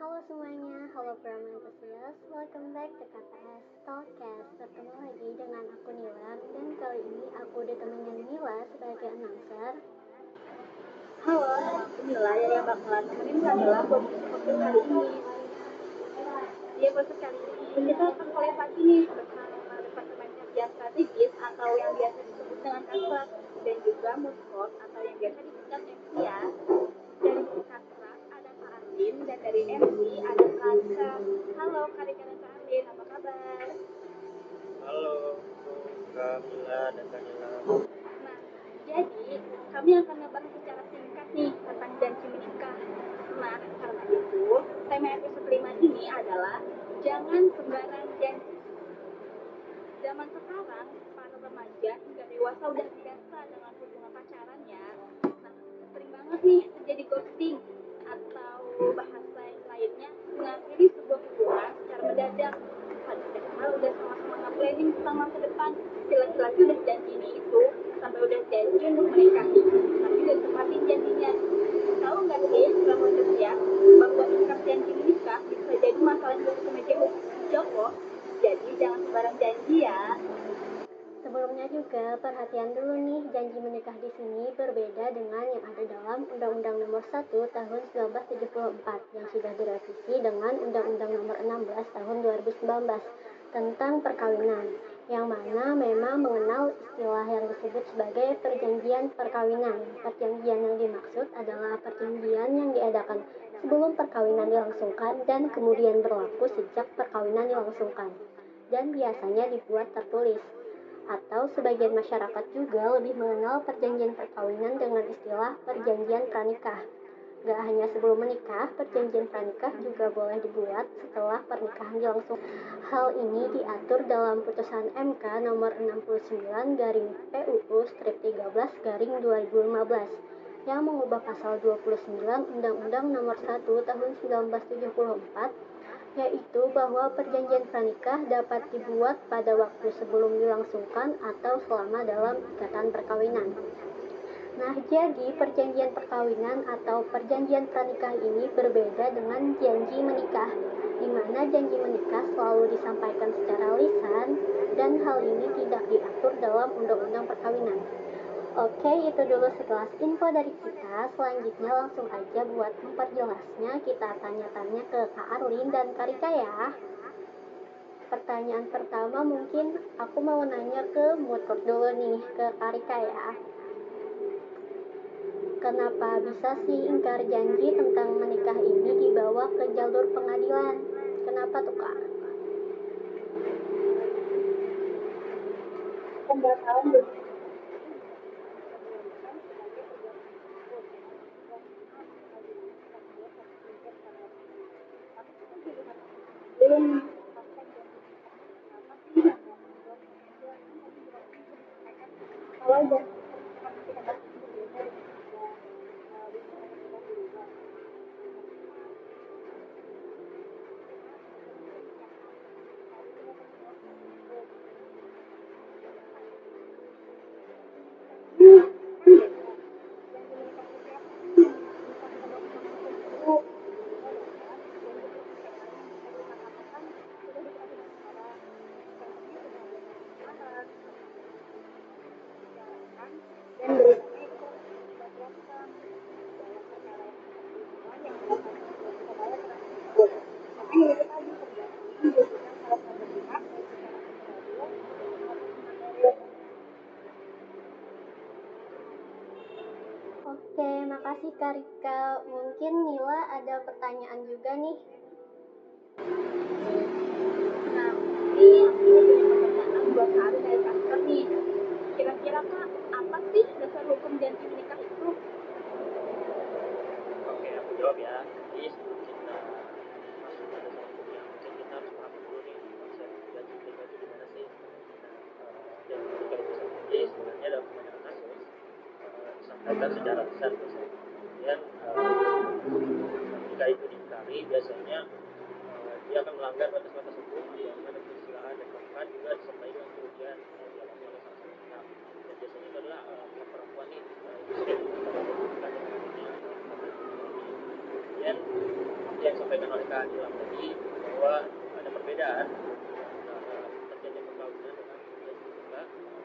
Halo semuanya, halo Pram Enthusiast, welcome back to KPS Talkcast. Bertemu lagi dengan aku Nilar, dan kali ini aku ditemenin Nila sebagai announcer. Halo, nama aku Mila yang bakalan nemenin Kamila buat podcast kali ini. Di episode kali ini kita akan mulai pagi nih bersama Departemen Kajian Strategis atau yang biasa disebut dengan Kasrat, dan juga Muskot atau yang biasa disingkat MC ya. Dari Kasrat ada Kak Arlin, dan dari MC ada Kak Rika. Halo Kak Rika dan Kak Arlin, apa kabar? Halo, Kak Mila dan Kanila. Nah, jadi kami akan ngebahas secara singkat nih tentang janji menikah. Nah, karena itu, tema episode 5 ini adalah jangan sembarang janji. Zaman sekarang, para remaja hingga dewasa udah biasa dengan hubungan pacarannya. Nah, sering banget nih terjadi ghosting atau bahasa yang lainnya mengakhiri sebuah hubungan secara mendadak. Padahal udah sama-sama nge-planning tentang masa depan. Si laki-laki udah janji itu sampai udah janji untuk menikahi, tapi udah tepatin janjinya. Tahu nggak sih, remaja ya, bahwa ingkar janji menikah bisa jadi masalah yang ke meja hijau loh. Jadi jangan sembarang janji ya. Sebelumnya juga perhatian dulu nih, janji menikah di sini berbeda dengan yang ada dalam Undang-Undang Nomor 1 Tahun 1974 yang sudah direvisi dengan Undang-Undang Nomor 16 Tahun 2019 tentang perkawinan, yang mana memang mengenal istilah yang disebut sebagai perjanjian perkawinan. Perjanjian yang dimaksud adalah perjanjian yang diadakan sebelum perkawinan dilangsungkan dan kemudian berlaku sejak perkawinan dilangsungkan, dan biasanya dibuat tertulis. Atau sebagian masyarakat juga lebih mengenal perjanjian perkawinan dengan istilah perjanjian pranikah. Gak hanya sebelum menikah, perjanjian pranikah juga boleh dibuat setelah pernikahan dilangsungkan. Hal ini diatur dalam putusan MK nomor 69 garing PUU strip 13 garing 2015 yang mengubah pasal 29 Undang-Undang Nomor 1 Tahun 1974, yaitu bahwa perjanjian pranikah dapat dibuat pada waktu sebelum dilangsungkan atau selama dalam ikatan perkawinan. Nah, jadi perjanjian perkawinan atau perjanjian pranikah ini berbeda dengan janji menikah, di mana janji menikah selalu disampaikan secara lisan dan hal ini tidak diatur dalam undang-undang perkawinan. Oke, itu dulu sekelas info dari kita. Selanjutnya langsung aja buat memperjelasnya kita tanya-tanya ke Kak Arlin dan Kak Rika ya. Pertanyaan pertama mungkin aku mau nanya ke Mutkot dulu nih, ke Kak Rika ya. Kenapa bisa sih ingkar janji tentang menikah ini dibawa ke jalur pengadilan? Kenapa tuh Kak? Pembatalan belum kalau jangan dan beritanya itu dilakukan dalam perkara yang seperti yang dilakukan supaya tersebut. Tapi itu tadi perjalanan dilakukan salah satu pihak baik secara pribadi maupun material. Oke, makasih Kak Rika. Mungkin Nila ada pertanyaan juga nih. Nah, ini aku punya pertanyaan buat Kak Ari dari Kasper nih. Kira-kira Kak, apa sih dasar hukum janji menikah itu? Oke, aku jawab ya. Jadi sebelum kita masuk pada dasar hukumnya, mungkin kita harus paham dulu nih konsep janji menikah itu gimana sih. Janji menikah itu sendiri sebenarnya dalam kebanyakan kasus disampaikan secara lisan biasanya. Kemudian jika itu diingkari, biasanya dia akan melanggar batas-batas hukum atau mana kesusilaan dan bahkan juga disertai dengan kerugian yang dialami oleh sang pihak. Dan biasanya itu adalah pihak perempuan nih itu sering mendapatkan dengan adanya kemudian seperti yang sampai disampaikan oleh Kak Ilham tadi bahwa ada perbedaan antara perjanjian perkawinan dengan janji nikah.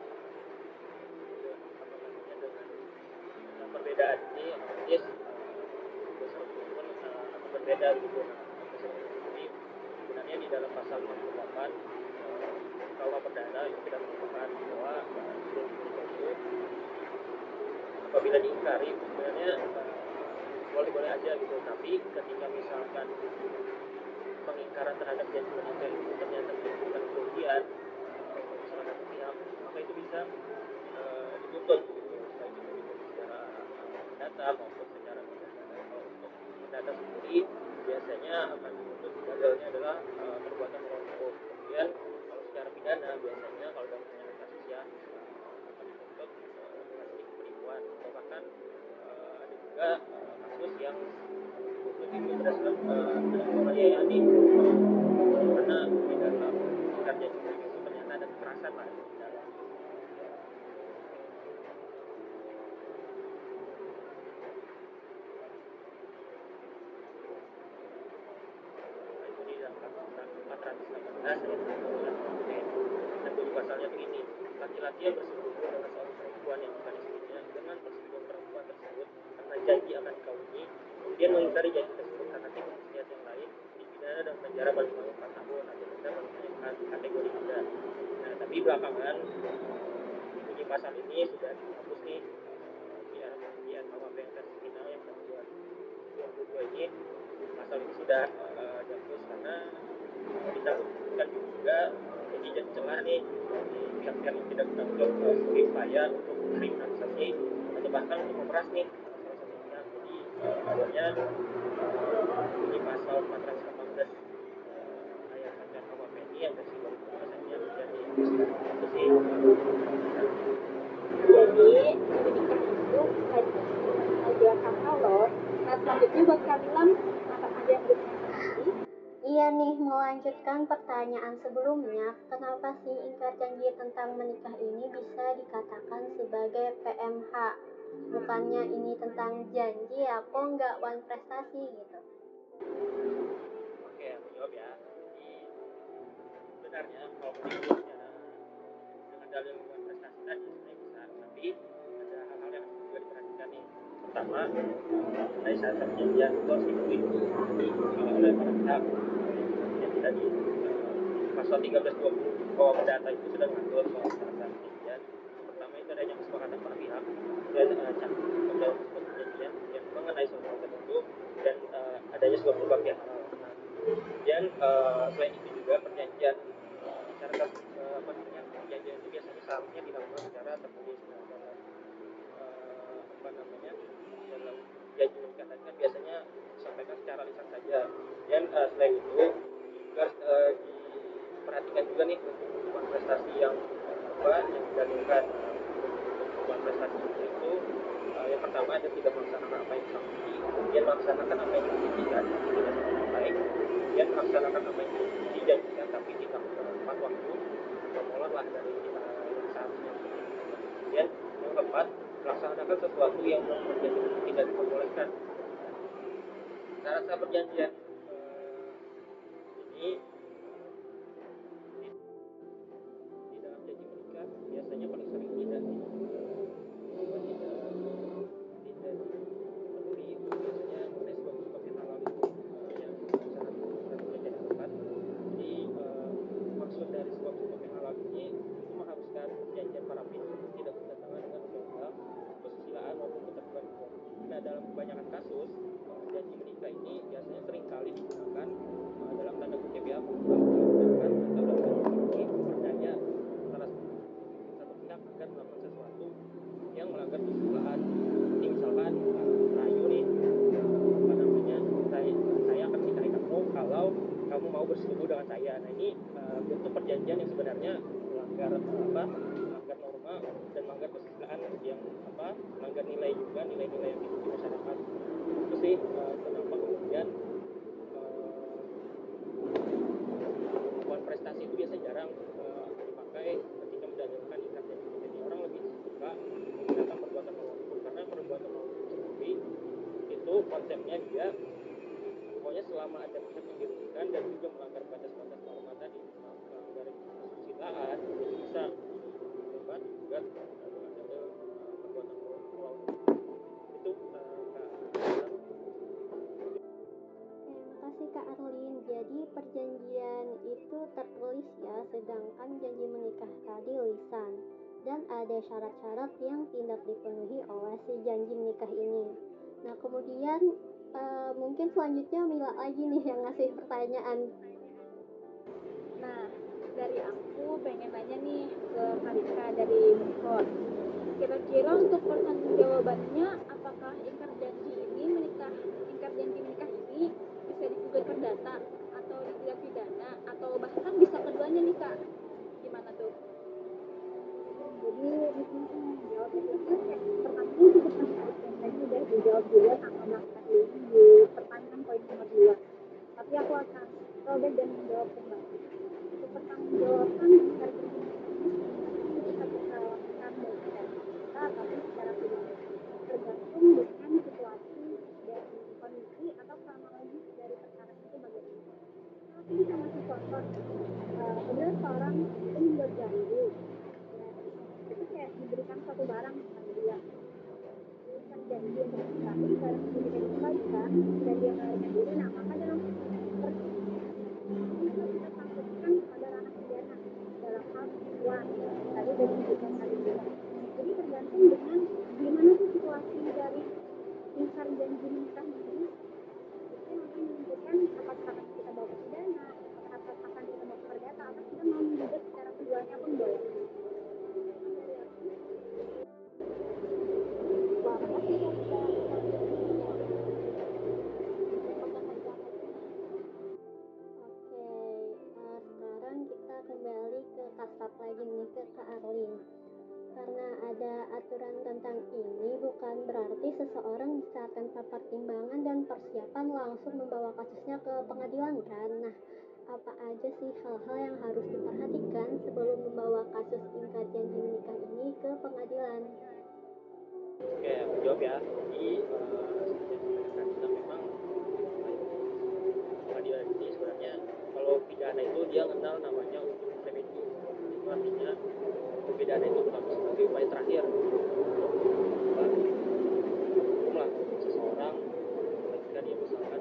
Dengan perbedaan ini otomatis dasar hukum pun akan berbeda gitu. Nah, dasar hukum sendiri sebenarnya di dalam pasal 68 KUH Perdana itu sudah menyebutkan bahwa itu apabila diingkari sebenarnya boleh-boleh aja gitu, tapi ketika misalkan pengingkaran terhadap janji menikah itu ternyata menimbulkan kerugian bagi salah satu pihak, maka itu bisa dituntut gitu, baik itu dituntut secara perdata maupun secara pidana. Kalau untuk perdata sendiri biasanya akan dituntut gagalnya adalah perbuatan melawan hukum. Kemudian kalau secara pidana biasanya kalau dalam banyak kasus ya akan dituntut dengan delik penipuan, atau bahkan ada juga kasus yang dituntut itu berdasarkan penganiayaan karena di dalam ingkar janji menikah itu ternyata ada kekerasan lah di dalam. Itu di dalam pasal 418 ayat 1 dan bunyi pasalnya begini: laki-laki yang bersetubuh dengan seorang perempuan yang bukan istrinya dengan persetujuan perempuan tersebut karena janji akan dikawini, kemudian mengingkari janji tersebut karena timbul musyiat yang lain, dipidana dengan penjara paling lama 4 tahun atau denda paling banyak kategori denda. Nah, tapi belakangan bunyi pasal ini sudah dihapus nih di RKUHP yang versi final yang tahun 2022 ini. Pasal ini sudah dihapus karena ditakutkan juga jadi celah nih di pihak-pihak yang tidak bertanggung jawab sebagai upaya untuk mengkriminalisasi atau bahkan untuk memeras nih salah satu pihak. Jadi adanya di pasal 418 ayat 1 KUHP ini yang versi 2012 ini yang sudah dihapuskan. Itu sih. Jadi menikah itu aja kakak loh. Nah selanjutnya buat Kak Ilham, apa saja yang berprestasi? Iya nih, melanjutkan pertanyaan sebelumnya, kenapa sih ingkar janji tentang menikah ini bisa dikatakan sebagai PMH? Bukannya ini tentang janji ya, kok nggak one prestasi gitu? Oke, aku jawab ya. Jadi sebenarnya kalau menimbul secara dengan dalil hubungan prestasi tadi sebenarnya bisa, tapi ada hal-hal yang harus juga diperhatikan nih. Pertama, mengenai syarat perjanjian itu harus dipenuhi dulu oleh para pihak. Jadi tadi pasal 1320 KUH Perdata itu sudah mengatur soal syarat perjanjian. Yang pertama itu adanya kesepakatan para pihak dan cantum dalam sebuah perjanjian yang mengenai suatu hal tertentu dan adanya sebab-sebab yang halal. Nah, kemudian selain itu juga perjanjian syarat perjanjian itu biasanya seharusnya dilakukan secara tertulis. Nah, dalam dalam janji menikah tadi kan biasanya disampaikan secara lisan saja. Dan selain itu juga diperhatikan juga nih untuk hubungan prestasi yang yang didalilkan. Hubungan prestasi itu yang pertama ada tidak melaksanakan apa yang disangsi, kemudian melaksanakan apa yang dijanjikan tidak sampai baik, kemudian melaksanakan apa yang dijanjikan tapi tidak tepat waktu atau molor lah dari yang seharusnya. Kemudian yang keempat, melaksanakan sesuatu yang dalam perjanjian itu tidak diperbolehkan. Syarat perjanjian ini di dalam janji menikah biasanya paling sering tidak dipenuhi. Biasanya mengenai sebab-sebab yang halal itu yang syarat perjanjian yang keempat. Jadi maksud dari sebab-sebab yang halal ini itu mengharuskan perjanjian para pihak itu tidak bertentangan dengan undang-undang, kesusilaan maupun ketertiban umum. Nah, dalam kebanyakan kasus janji menikah ini biasanya seringkali digunakan dalam tanda kutip ya memudahkan atau dalam tanda kutip memperdaya salah satu pihak agar melakukan sesuatu yang melanggar kesusilaan. Ini misalkan rayu nih saya akan menikahi kamu kalau kamu mau bersetubuh dengan saya. Nah, ini bentuk perjanjian yang sebenarnya melanggar melanggar norma dan melanggar kesusilaan yang melanggar nilai-nilai yang hidup di masyarakat. Itu sih kenapa kemudian hubungan prestasi itu biasa jarang dipakai ketika mendalilkan ingkar janji. Jadi orang lebih suka menggunakan perbuatan melawan hukum, karena perbuatan melawan hukum sendiri itu konsepnya dia pokoknya selama ada pihak yang dirugikan dan juga melanggar batas-batas norma tadi, melanggar kesusilaan, itu bisa terlibat juga terhadap perbuatan melawan itu Kak. Oke, makasih Kak Arlin. Jadi perjanjian itu tertulis ya, sedangkan janji menikah tadi lisan. Dan ada syarat-syarat yang tidak dipenuhi oleh si janji menikah ini. Nah, kemudian mungkin selanjutnya Mila lagi nih yang ngasih pertanyaan. Nah, dari aku pengen nanya nih ke Karika dari Unpad. Kira-kira untuk pertanggungjawabannya, apakah ingkar janji menikah ini bisa digugat perdata atau ditindak pidana atau bahkan bisa keduanya nih Kak? Gimana tuh? Jadi di sini aku mau jawab ya. Pertanyaannya cukup menarik dan tadi udah dijawab juga sama Bang Erwin di pertanyaan poin nomor 2. Tapi aku akan robek dan menjawab kembali. Untuk pertanggungjawaban secara ini kita bisa lakukan baik secara terbuka ataupun secara pidana. Tergantung dengan situasi dan kondisi atau kronologis dari perkara itu bagaimana. Aku bisa ngasih contoh. Ada seorang itu membuat janji itu kayak diberikan suatu barang kepada dia, bukan janji untuk dikembali barang itu tidak dikembalikan dan dia melarikan diri, nah maka dalam seperti bisa kita sangkutkan pada ranah pidana dalam hal penipuan tadi sudah disebutkan tadi juga. Jadi tergantung dengan gimana sih situasi dari ingkar janji menikah ini, itu yang akan menentukan apakah akan kita bawa ke pidana, apakah akan kita bawa ke perdata, atau kita mau menggugat secara keduanya pun boleh. Oke, sekarang kita kembali ke kasat lagi nih ke Kak Arlin. Karena ada aturan tentang ini bukan berarti seseorang bisa tanpa pertimbangan dan persiapan langsung membawa kasusnya ke pengadilan kan. Nah, apa aja sih hal-hal yang harus diperhatikan sebelum membawa kasus ingkar janji menikah ini ke pengadilan? Oke, aku jawab ya. Jadi seperti yang disampaikan kita memang pengadilan ini sebenarnya kalau pidana itu dia kenal namanya ujung remedi. Itu artinya pidana itu sebagai upaya terakhir hukum lah untuk seseorang ketika dia misalkan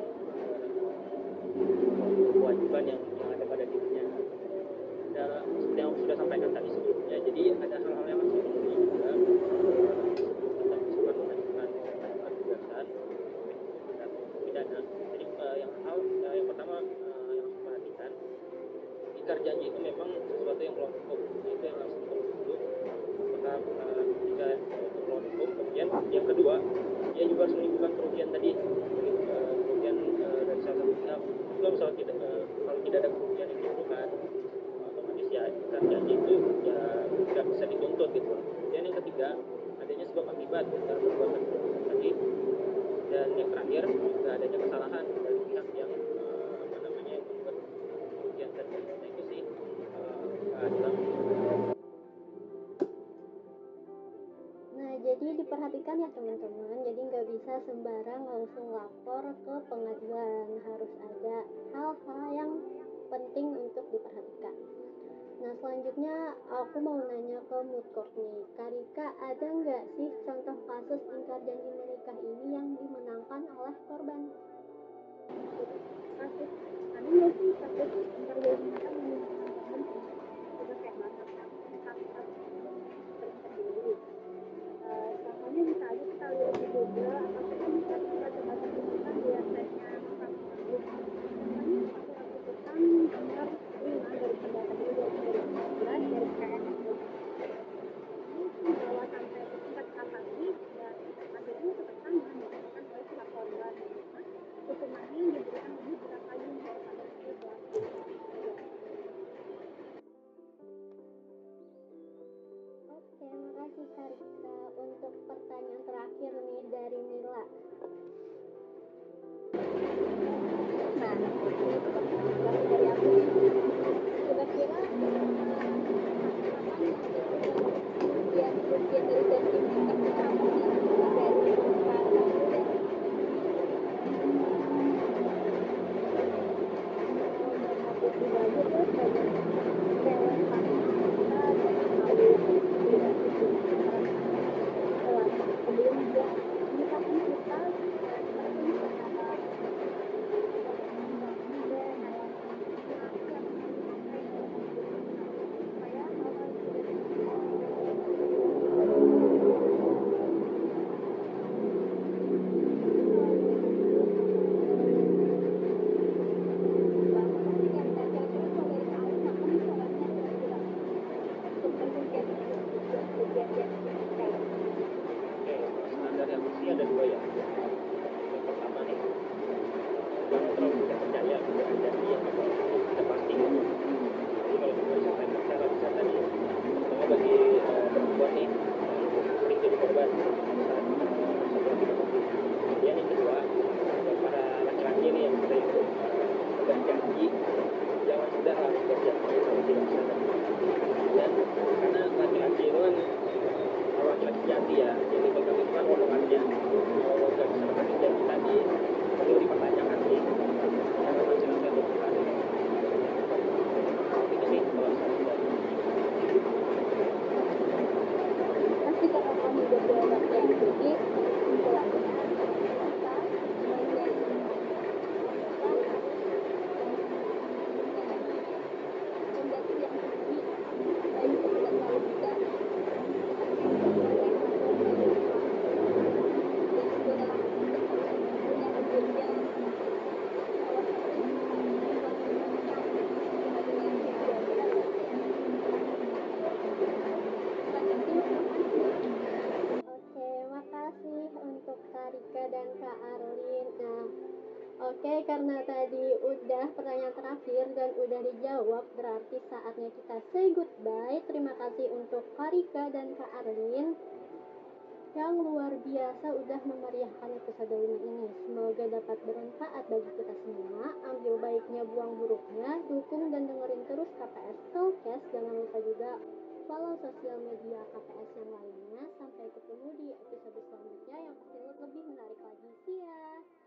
kewajiban yang ada pada dirinya. Ada seperti yang sudah sampaikan tadi sebelumnya. Jadi ada hal-hal yang harus dipenuhi juga tentang misalkan mengajukan gugatan pidana. Jadi yang pertama yang harus diperhatikan, ingkar janji itu memang sesuatu yang melawan hukum. Itu yang harus diketahui dulu. Apakah jika itu melawan hukum, kemudian yang kedua dia juga harus menimbulkan kerugian tadi, kerugian dari salah satu pihak. Kalau misalnya kalau tidak ada kerugian yang ditimbulkan, otomatis ya ingkar janji itu ya tidak bisa dituntut gitu. Kemudian yang ketiga, adanya sebab akibat antara perbuatan tadi, dan yang terakhir juga adanya kesalahan dari pihak yang yang membuat kerugian tadi. Nah itu sih keadilan. Nah, jadi diperhatikan ya teman-teman, jadi nggak bisa sembarang langsung lapor ke pengadilan, harus ada hal-hal yang penting untuk diperhatikan. Nah, selanjutnya aku mau nanya ke Mood Court nih, Karika, ada nggak sih contoh kasus ingkar janji menikah ini yang dimenangkan oleh korban? Kasus ada nggak sih kasus ingkar janji menikah yang dimenangkan korban? Kita kayak banyak kan kasus sering terjadi. Contohnya bisa aja kita lihat di Google atau kita bisa baca-baca putusan di websitenya Mahkamah Agung. Contohnya surat putusan nomor 5 dari Perdata dulu 2019 dari PN ini dibawa sampai ke tingkat kasasi dan akhirnya putusan dibacakan oleh pihak korban, di mana hukumannya diberikan lebih berat lagi karena tadi udah pertanyaan terakhir dan udah dijawab, berarti saatnya kita say goodbye. Terima kasih untuk Kak Rika dan Kak Arlin yang luar biasa udah memeriahkan episode 5 ini. Semoga dapat bermanfaat bagi kita semua. Ambil baiknya, buang buruknya, dukung dan dengerin terus KPS Talkcast. Jangan lupa juga follow sosial media KPS yang lainnya. Sampai ketemu di episode selanjutnya yang pasti lebih menarik lagi. See ya!